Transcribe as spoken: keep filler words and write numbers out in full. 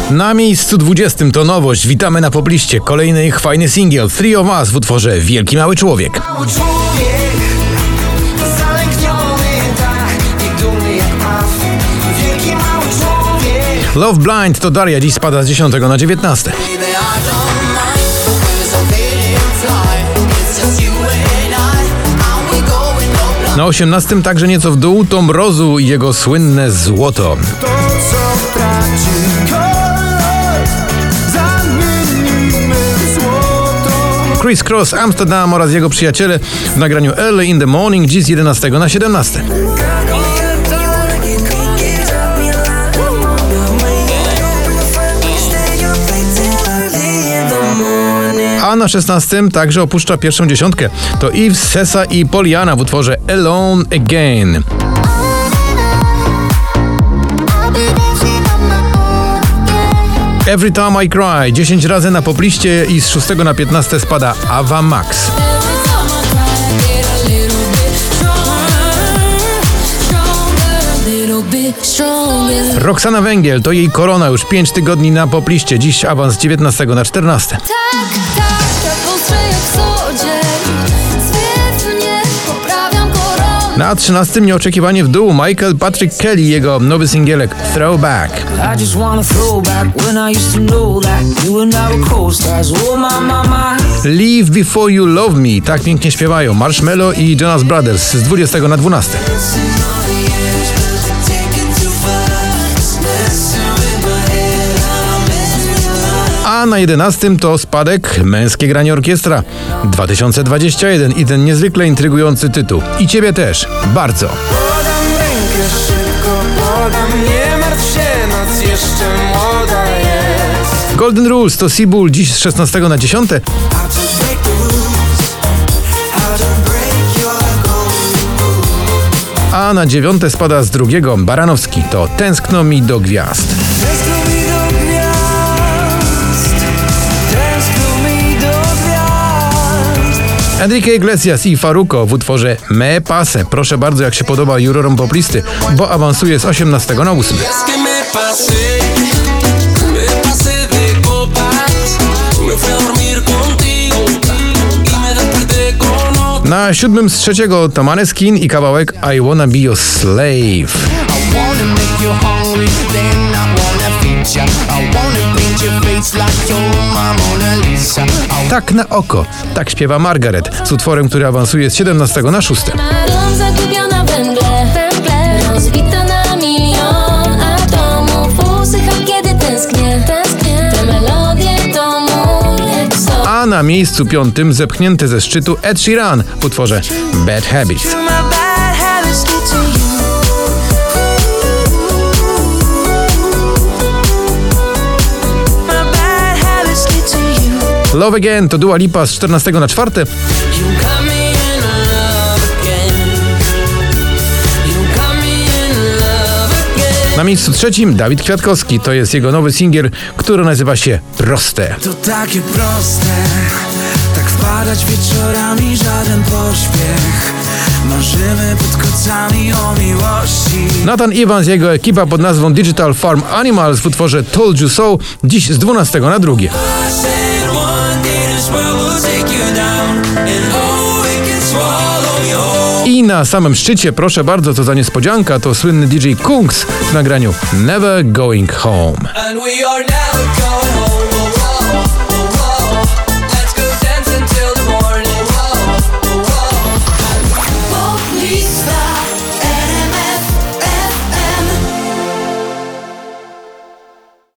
Na miejscu dwudziestym to nowość. Witamy na pobliście. Kolejny ich fajny singiel Three of Us w utworze Wielki Mały Człowiek. Love Blind to Daria, dziś spada z dziesiątego na dziewiętnaste. Na osiemnastym także nieco w dół to Mrozu i jego słynne Złoto. Criss Cross Amsterdam oraz jego przyjaciele w nagraniu Early in the Morning, dziś z jedenastego na siedemnaste. A na szesnastym także opuszcza pierwszą dziesiątkę. To Yves, Sessa i Poliana w utworze Alone Again. Every Time I Cry dziesięć razy na popliście i z szóstego na piętnaste spada Ava Max. Roxana Węgiel to jej korona, już pięć tygodni na popliście, dziś awans z dziewiętnastego na czternaste. Tak, tak, tak ostrze jak co dzień, świetnie poprawiam koronę. Na trzynastym nieoczekiwanie w dół Michael Patrick Kelly, jego nowy singielek Throwback. Leave Before You Love Me, tak pięknie śpiewają Marshmello i Jonas Brothers z dwudziestego na dwunaste. A na jedenastym to spadek Męskie granie orkiestra dwa tysiące dwudziesty pierwszy i ten niezwykle intrygujący tytuł. I ciebie też, bardzo. Podam rękę szybko, podam, nie martw się, noc jeszcze młoda jest. Golden Rules to Seabull, dziś z szesnastego na dziesiąte. A na dziewiąte spada z drugiego Baranowski, to Tęskno mi do gwiazd. Enrique Iglesias i Farruko w utworze Me Pase. Proszę bardzo, jak się podoba jurorom poplisty, bo awansuje z osiemnastego na ósmy. Na siódmym z trzeciego to Maneskin i kawałek I Wanna Be Your Slave. Tak na oko, tak śpiewa Margaret z utworem, który awansuje z siedemnastego na szóste. Zagubiona węgle, węgle, rozbita na milion atomów, usycham kiedy tęsknię, tęsknię, te melodie to mój eksos. A na miejscu piątym zepchnięty ze szczytu Ed Sheeran w utworze Bad Habit. Love Again to Dua Lipa z czternastego na czwarte. Na miejscu trzecim Dawid Kwiatkowski, to jest jego nowy singiel, który nazywa się Proste. To takie proste, tak wpadać wieczorami, żaden pośpiech. Marzymy pod kocami o miłości. Nathan Evans i jego ekipa pod nazwą Digital Farm Animals w utworze Told You So, dziś z dwunastego na drugie. I na samym szczycie, proszę bardzo, co za niespodzianka, to słynny D J Kungs w nagraniu Never Going Home.